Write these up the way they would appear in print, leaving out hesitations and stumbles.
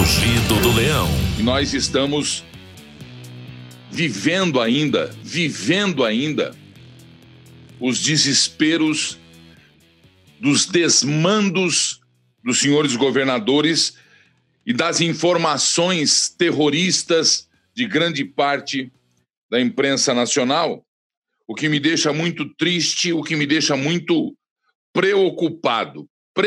Rugido do Leão. E nós estamos vivendo ainda os desesperos dos desmandos dos senhores governadores e das informações terroristas de grande parte da imprensa nacional, o que me deixa muito triste, o que me deixa muito preocupado.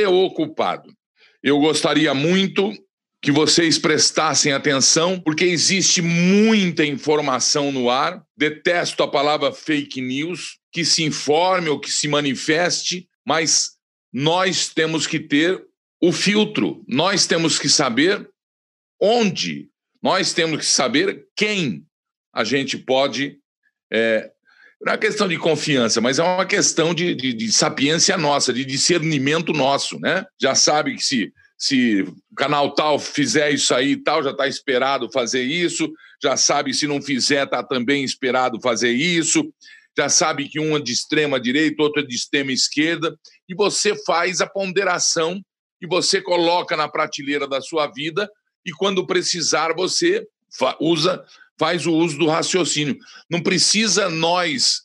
Eu gostaria muito que vocês prestassem atenção, porque existe muita informação no ar. Detesto a palavra fake news, que se informe ou que se manifeste, mas nós temos que ter o filtro, nós temos que saber onde, nós temos que saber quem a gente pode... Não é uma questão de confiança, mas é uma questão de sapiência nossa, de discernimento nosso, né? Já sabe que se o canal tal fizer isso aí e tal, já está esperado fazer isso, já sabe se não fizer, está também esperado fazer isso, já sabe que uma de extrema direita, outra de extrema esquerda, e você faz a ponderação e você coloca na prateleira da sua vida e quando precisar você faz o uso do raciocínio. Não precisa nós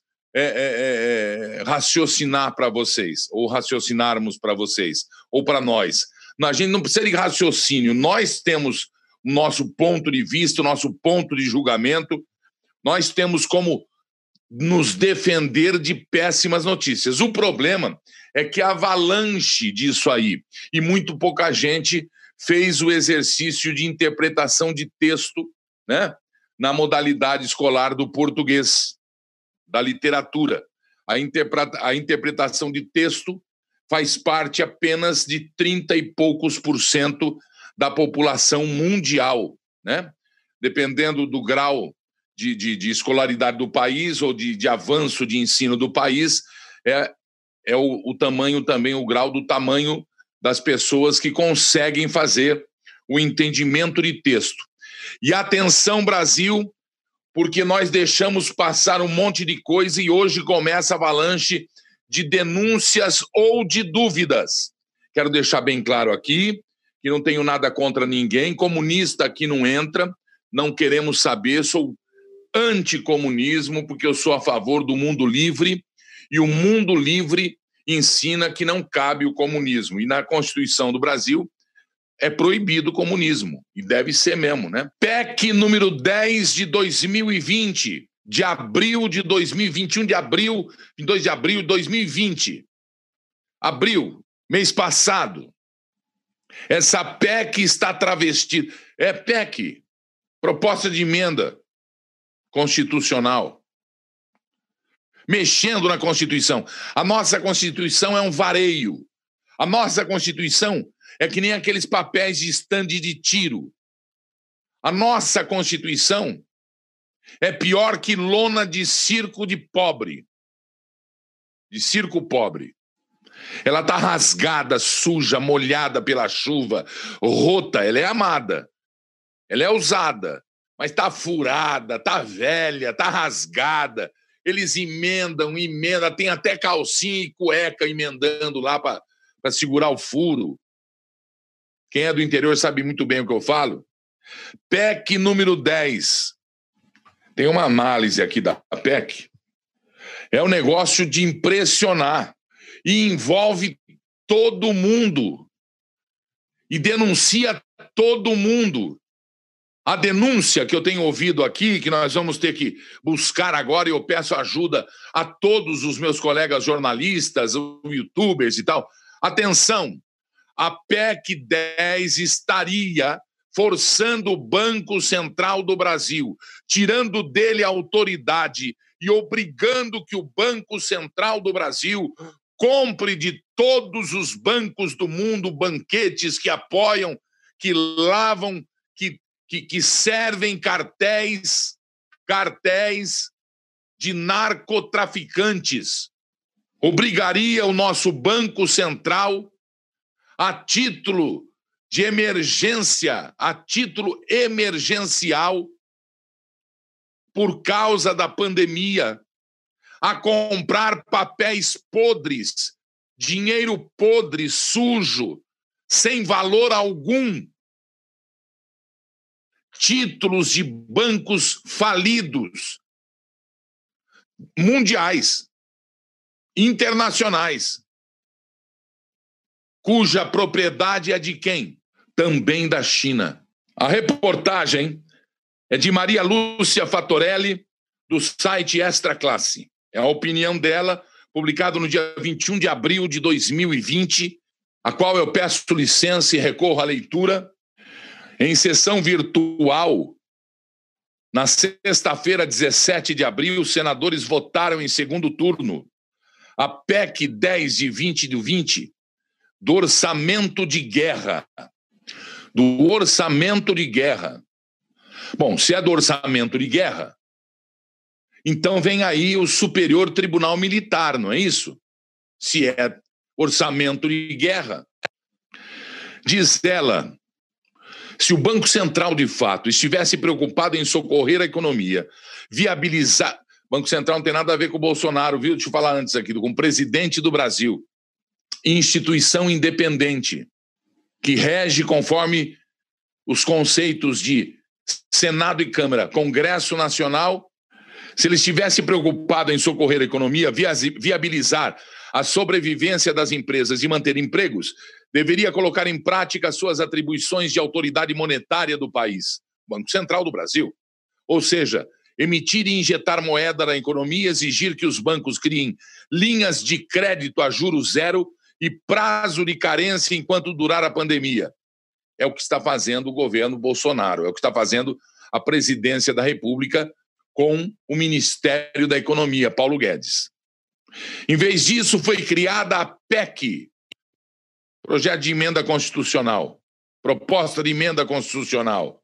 raciocinar para vocês, ou raciocinarmos para vocês, ou para nós. A gente não precisa de raciocínio, nós temos o nosso ponto de vista, o nosso ponto de julgamento, nós temos como nos defender de péssimas notícias. O problema é que a avalanche disso aí, e muito pouca gente fez o exercício de interpretação de texto, né, na modalidade escolar do português, da literatura. A interpretação de texto faz parte apenas de 30 e poucos % da população mundial, né? Dependendo do grau de escolaridade do país ou de avanço de ensino do país, é o tamanho também, o grau do tamanho das pessoas que conseguem fazer o entendimento de texto. E atenção, Brasil, porque nós deixamos passar um monte de coisa e hoje começa a avalanche de denúncias ou de dúvidas. Quero deixar bem claro aqui que não tenho nada contra ninguém, comunista aqui não entra, não queremos saber, sou anticomunismo, porque eu sou a favor do mundo livre, e o mundo livre ensina que não cabe o comunismo. E na Constituição do Brasil é proibido o comunismo, e deve ser mesmo, né? PEC número 10 de 2020, de abril de 2021, 22 de abril de 2020. Abril, mês passado. Essa PEC está travestida. É PEC, proposta de emenda constitucional. Mexendo na Constituição. A nossa Constituição é um vareio. A nossa Constituição é que nem aqueles papéis de estande de tiro. A nossa Constituição é pior que lona de circo de pobre. De circo pobre. Ela está rasgada, suja, molhada pela chuva, rota, ela é amada. Ela é usada, mas está furada, está velha, está rasgada. Eles emendam, tem até calcinha e cueca emendando lá para segurar o furo. Quem é do interior sabe muito bem o que eu falo. PEC número 10. Tem uma análise aqui da PEC. É um negócio de impressionar. E envolve todo mundo. E denuncia todo mundo. A denúncia que eu tenho ouvido aqui, que nós vamos ter que buscar agora, e eu peço ajuda a todos os meus colegas jornalistas, youtubers e tal. Atenção! A PEC 10 estaria forçando o Banco Central do Brasil, tirando dele a autoridade e obrigando que o Banco Central do Brasil compre de todos os bancos do mundo banquetes que apoiam, que lavam, que servem cartéis de narcotraficantes. Obrigaria o nosso Banco Central a título de emergência, a título emergencial, por causa da pandemia, a comprar papéis podres, dinheiro podre, sujo, sem valor algum, títulos de bancos falidos, mundiais, internacionais, cuja propriedade é de quem? Também da China. A reportagem é de Maria Lúcia Fattorelli, do site Extra Classe. É a opinião dela, publicado no dia 21 de abril de 2020, a qual eu peço licença e recorro à leitura. Em sessão virtual, na sexta-feira, 17 de abril, os senadores votaram em segundo turno a PEC 10 de 2020 do orçamento de guerra. Do orçamento de guerra. Bom, se é do orçamento de guerra, então vem aí o Superior Tribunal Militar, não é isso? Se é orçamento de guerra. Diz ela, se o Banco Central, de fato, estivesse preocupado em socorrer a economia, viabilizar... Banco Central não tem nada a ver com o Bolsonaro, viu? Deixa eu falar antes aqui, com o presidente do Brasil. Instituição independente, que rege conforme os conceitos de Senado e Câmara, Congresso Nacional. Se ele estivesse preocupado em socorrer a economia, viabilizar a sobrevivência das empresas e manter empregos, deveria colocar em prática suas atribuições de autoridade monetária do país, Banco Central do Brasil. Ou seja, emitir e injetar moeda na economia, exigir que os bancos criem linhas de crédito a juros zero e prazo de carência enquanto durar a pandemia. É o que está fazendo o governo Bolsonaro, é o que está fazendo a presidência da República com o Ministério da Economia, Paulo Guedes. Em vez disso, foi criada a PEC, Projeto de Emenda Constitucional, Proposta de Emenda Constitucional,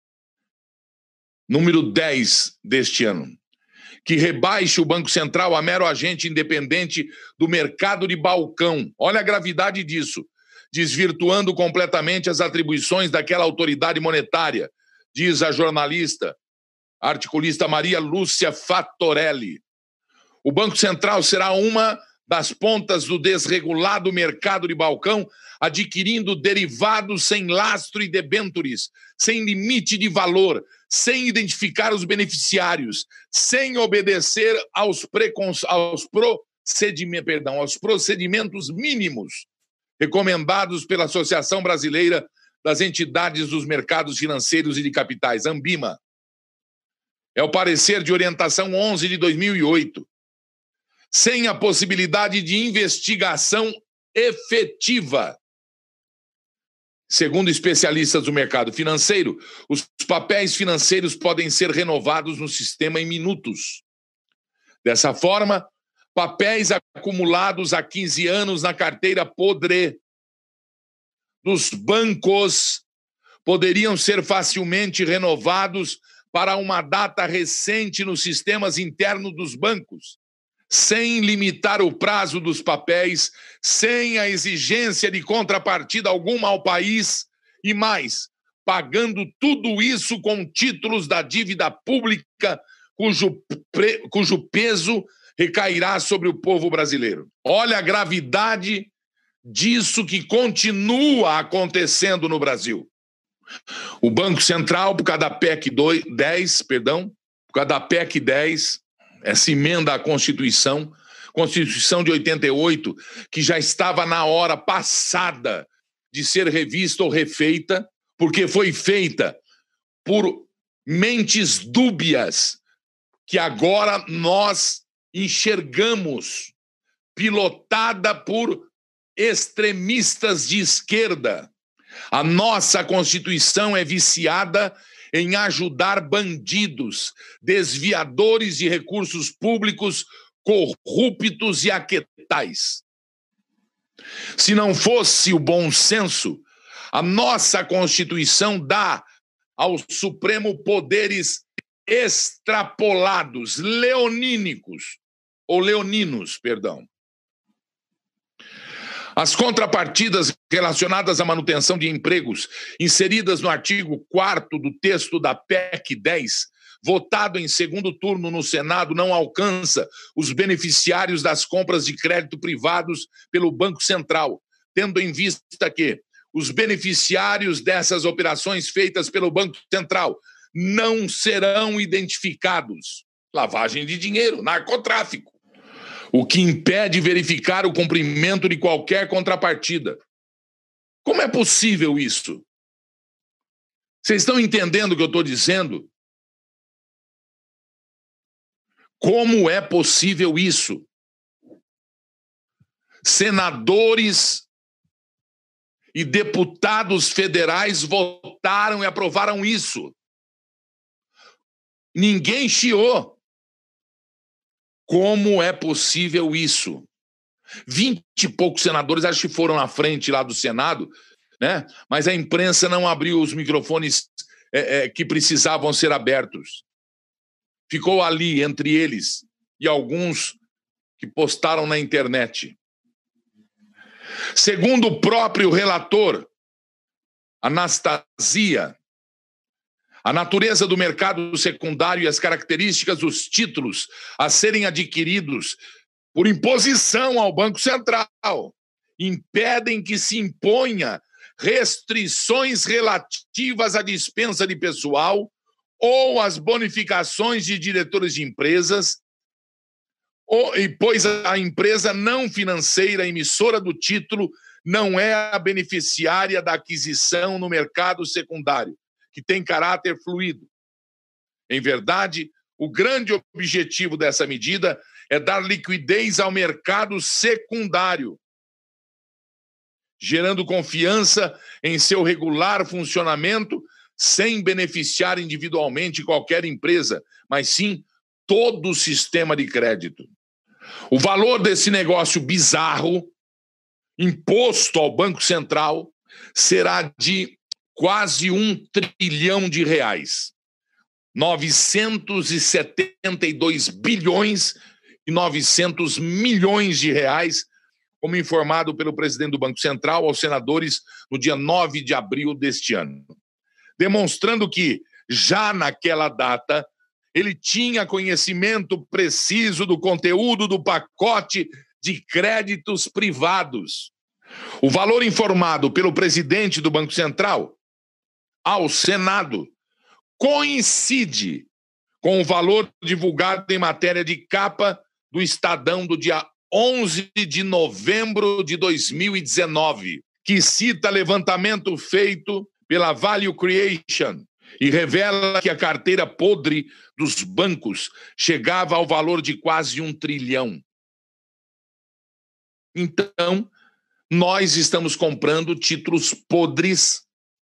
número 10 deste ano, que rebaixa o Banco Central a mero agente independente do mercado de balcão. Olha a gravidade disso, desvirtuando completamente as atribuições daquela autoridade monetária, diz a jornalista, a articulista Maria Lúcia Fattorelli. O Banco Central será uma das pontas do desregulado mercado de balcão, adquirindo derivados sem lastro e debêntures, sem limite de valor, sem identificar os beneficiários, sem obedecer aos procedimentos mínimos recomendados pela Associação Brasileira das Entidades dos Mercados Financeiros e de Capitais, ANBIMA. É o parecer de orientação 11 de 2008. Sem a possibilidade de investigação efetiva. Segundo especialistas do mercado financeiro, os papéis financeiros podem ser renovados no sistema em minutos. Dessa forma, papéis acumulados há 15 anos na carteira podre dos bancos poderiam ser facilmente renovados para uma data recente nos sistemas internos dos bancos, sem limitar o prazo dos papéis, sem a exigência de contrapartida alguma ao país e mais, pagando tudo isso com títulos da dívida pública, cujo peso recairá sobre o povo brasileiro. Olha a gravidade disso que continua acontecendo no Brasil. O Banco Central, por causa da PEC 10, essa emenda à Constituição de 88, que já estava na hora passada de ser revista ou refeita, porque foi feita por mentes dúbias que agora nós enxergamos, pilotada por extremistas de esquerda. A nossa Constituição é viciada em ajudar bandidos, desviadores de recursos públicos, corruptos e aquetais. Se não fosse o bom senso, a nossa Constituição dá ao Supremo poderes extrapolados, leoninos. As contrapartidas relacionadas à manutenção de empregos, inseridas no artigo 4º do texto da PEC 10, votado em segundo turno no Senado, não alcança os beneficiários das compras de crédito privados pelo Banco Central, tendo em vista que os beneficiários dessas operações feitas pelo Banco Central não serão identificados. Lavagem de dinheiro, narcotráfico. O que impede verificar o cumprimento de qualquer contrapartida. Como é possível isso? Vocês estão entendendo o que eu estou dizendo? Como é possível isso? Senadores e deputados federais votaram e aprovaram isso. Ninguém chiou. Como é possível isso? 20 e poucos senadores, acho que foram na frente lá do Senado, né? Mas a imprensa não abriu os microfones que precisavam ser abertos. Ficou ali entre eles e alguns que postaram na internet. Segundo o próprio relator, Anastasia, a natureza do mercado secundário e as características dos títulos a serem adquiridos por imposição ao Banco Central impedem que se imponha restrições relativas à dispensa de pessoal ou às bonificações de diretores de empresas, pois a empresa não financeira emissora do título não é a beneficiária da aquisição no mercado secundário, que tem caráter fluido. Em verdade, o grande objetivo dessa medida é dar liquidez ao mercado secundário, gerando confiança em seu regular funcionamento, sem beneficiar individualmente qualquer empresa, mas sim todo o sistema de crédito. O valor desse negócio bizarro, imposto ao Banco Central, será de quase R$ 1 trilhão. 972 bilhões e 900 milhões de reais, como informado pelo presidente do Banco Central aos senadores no dia 9 de abril deste ano. Demonstrando que, já naquela data, ele tinha conhecimento preciso do conteúdo do pacote de créditos privados. O valor informado pelo presidente do Banco Central ao Senado coincide com o valor divulgado em matéria de capa do Estadão do dia 11 de novembro de 2019, que cita levantamento feito pela Value Creation e revela que a carteira podre dos bancos chegava ao valor de quase R$ 1 trilhão. Então, nós estamos comprando títulos podres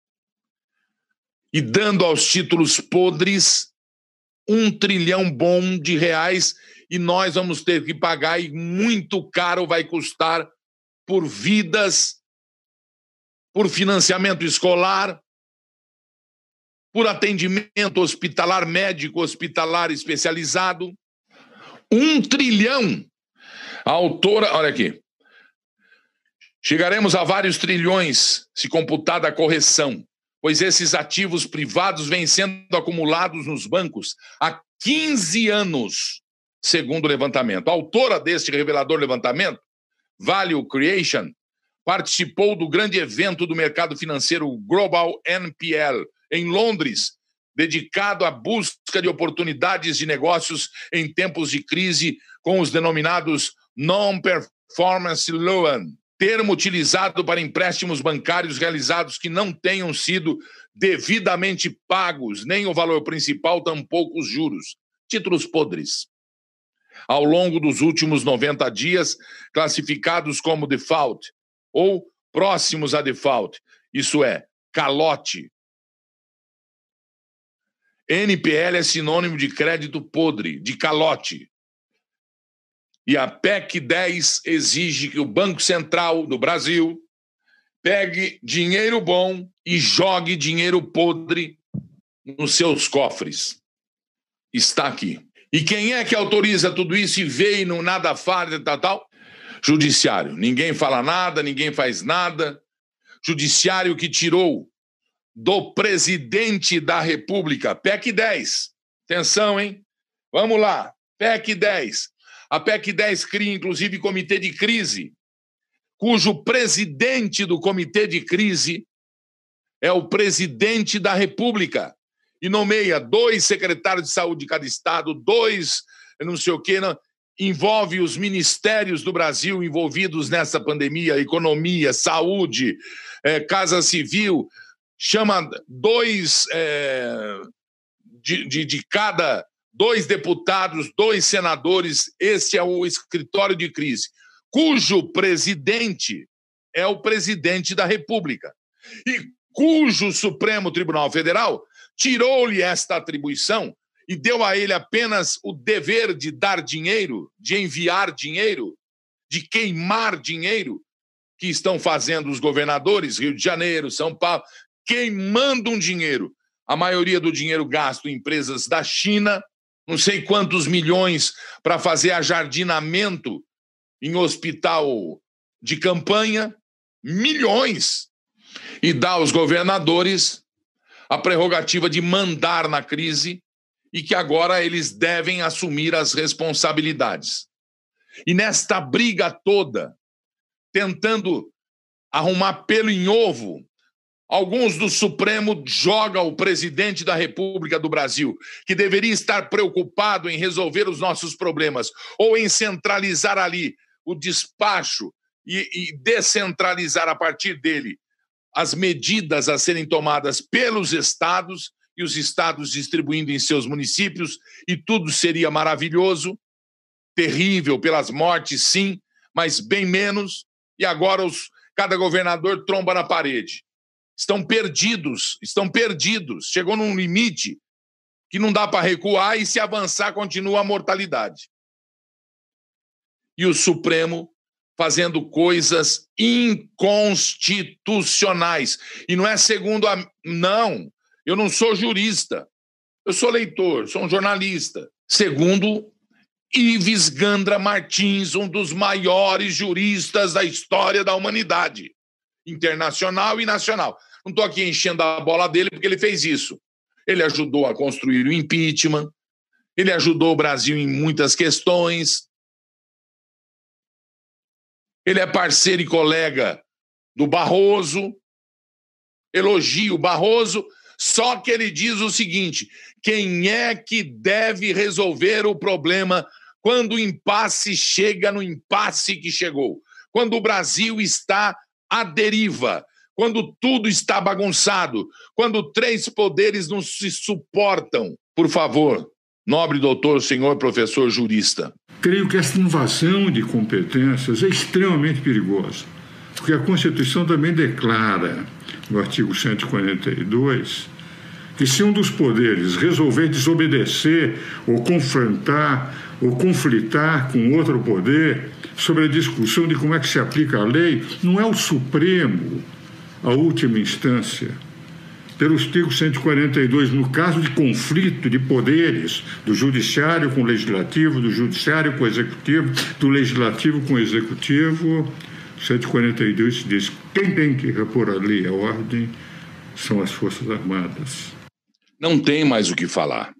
e dando aos títulos podres R$ 1 trilhão bom de reais, e nós vamos ter que pagar, e muito caro vai custar, por vidas, por financiamento escolar, por atendimento hospitalar, médico hospitalar especializado. R$ 1 trilhão. A autora, olha aqui. Chegaremos a vários trilhões se computada a correção, pois esses ativos privados vêm sendo acumulados nos bancos há 15 anos, segundo o levantamento. A autora deste revelador levantamento, Value Creation, participou do grande evento do mercado financeiro Global NPL, em Londres, dedicado à busca de oportunidades de negócios em tempos de crise com os denominados Non-Performance Loan, termo utilizado para empréstimos bancários realizados que não tenham sido devidamente pagos, nem o valor principal, tampouco os juros. Títulos podres. Ao longo dos últimos 90 dias, classificados como default ou próximos a default, isso é, calote. NPL é sinônimo de crédito podre, de calote. E a PEC 10 exige que o Banco Central do Brasil pegue dinheiro bom e jogue dinheiro podre nos seus cofres. Está aqui. E quem é que autoriza tudo isso e vê e não nada faz, tal? Judiciário. Ninguém fala nada, ninguém faz nada. Judiciário que tirou do presidente da República. PEC 10. Atenção, hein? Vamos lá. PEC 10. A PEC 10 cria, inclusive, comitê de crise, cujo presidente do comitê de crise é o presidente da República e nomeia 2 secretários de saúde de cada estado, 2 não sei o quê, não, envolve os ministérios do Brasil envolvidos nessa pandemia, economia, saúde, Casa Civil, chama 2 de cada 2 deputados, 2 senadores, esse é o escritório de crise, cujo presidente é o presidente da República e cujo Supremo Tribunal Federal tirou-lhe esta atribuição e deu a ele apenas o dever de dar dinheiro, de enviar dinheiro, de queimar dinheiro, que estão fazendo os governadores, Rio de Janeiro, São Paulo, queimando um dinheiro. A maioria do dinheiro gasto em empresas da China, não sei quantos milhões para fazer ajardinamento em hospital de campanha, milhões. E dá aos governadores a prerrogativa de mandar na crise e que agora eles devem assumir as responsabilidades. E nesta briga toda, tentando arrumar pelo em ovo, alguns do Supremo jogam o presidente da República do Brasil, que deveria estar preocupado em resolver os nossos problemas, ou em centralizar ali o despacho e descentralizar a partir dele as medidas a serem tomadas pelos estados e os estados distribuindo em seus municípios, e tudo seria maravilhoso, terrível pelas mortes, sim, mas bem menos, e agora cada governador tromba na parede. Estão perdidos. Chegou num limite que não dá para recuar e se avançar continua a mortalidade. E o Supremo fazendo coisas inconstitucionais. E não é segundo a... Não, eu não sou jurista. Eu sou leitor, sou um jornalista. Segundo Ives Gandra Martins, um dos maiores juristas da história da humanidade, internacional e nacional. Não estou aqui enchendo a bola dele porque ele fez isso. Ele ajudou a construir o impeachment, ele ajudou o Brasil em muitas questões, ele é parceiro e colega do Barroso, elogia o Barroso, só que ele diz o seguinte: quem é que deve resolver o problema quando o impasse chega no impasse que chegou? Quando o Brasil está à deriva, quando tudo está bagunçado, quando 3 poderes não se suportam. Por favor, nobre doutor, senhor professor jurista. Creio que essa invasão de competências é extremamente perigosa, porque a Constituição também declara, no artigo 142, que se um dos poderes resolver desobedecer ou confrontar ou conflitar com outro poder sobre a discussão de como é que se aplica a lei, não é o Supremo a última instância. Pelo artigo 142, no caso de conflito de poderes do judiciário com o legislativo, do judiciário com o executivo, do legislativo com o executivo, 142 diz que quem tem que repor a lei e a ordem são as Forças Armadas. Não tem mais o que falar.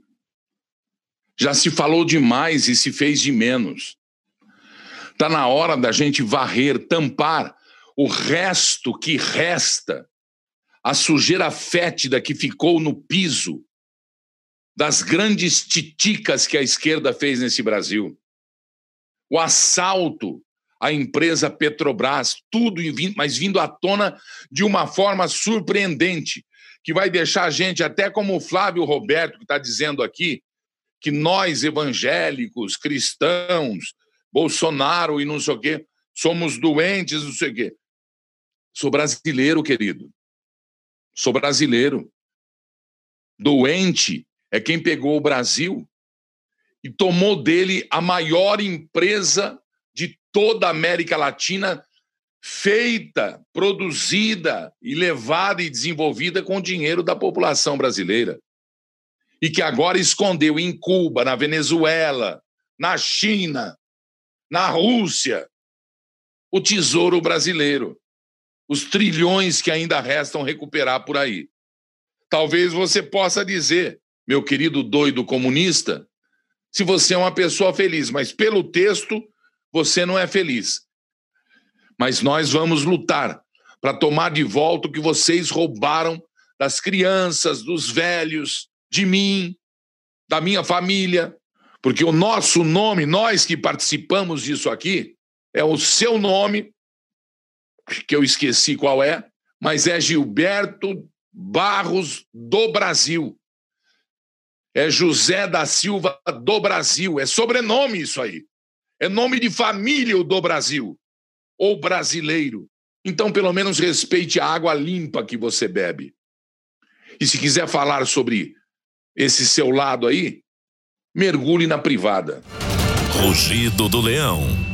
Já se falou demais e se fez de menos. Está na hora da gente varrer, tampar o resto que resta, a sujeira fétida que ficou no piso das grandes titicas que a esquerda fez nesse Brasil. O assalto à empresa Petrobras, tudo, mas vindo à tona de uma forma surpreendente, que vai deixar a gente, até como o Flávio Roberto, que está dizendo aqui, que nós, evangélicos, cristãos, Bolsonaro e não sei o quê, somos doentes, não sei o quê. Sou brasileiro, querido. Sou brasileiro. Doente é quem pegou o Brasil e tomou dele a maior empresa de toda a América Latina, feita, produzida e levada e desenvolvida com o dinheiro da população brasileira. E que agora escondeu em Cuba, na Venezuela, na China, na Rússia, o tesouro brasileiro. Os trilhões que ainda restam recuperar por aí. Talvez você possa dizer, meu querido doido comunista, se você é uma pessoa feliz, mas pelo texto você não é feliz. Mas nós vamos lutar para tomar de volta o que vocês roubaram das crianças, dos velhos, de mim, da minha família, porque o nosso nome, nós que participamos disso aqui, é o seu nome, que eu esqueci qual é, mas é Gilberto Barros do Brasil. É José da Silva do Brasil. É sobrenome isso aí. É nome de família o do Brasil. Ou brasileiro. Então, pelo menos, respeite a água limpa que você bebe. E se quiser falar sobre esse seu lado aí, mergulhe na privada. Rugido do Leão.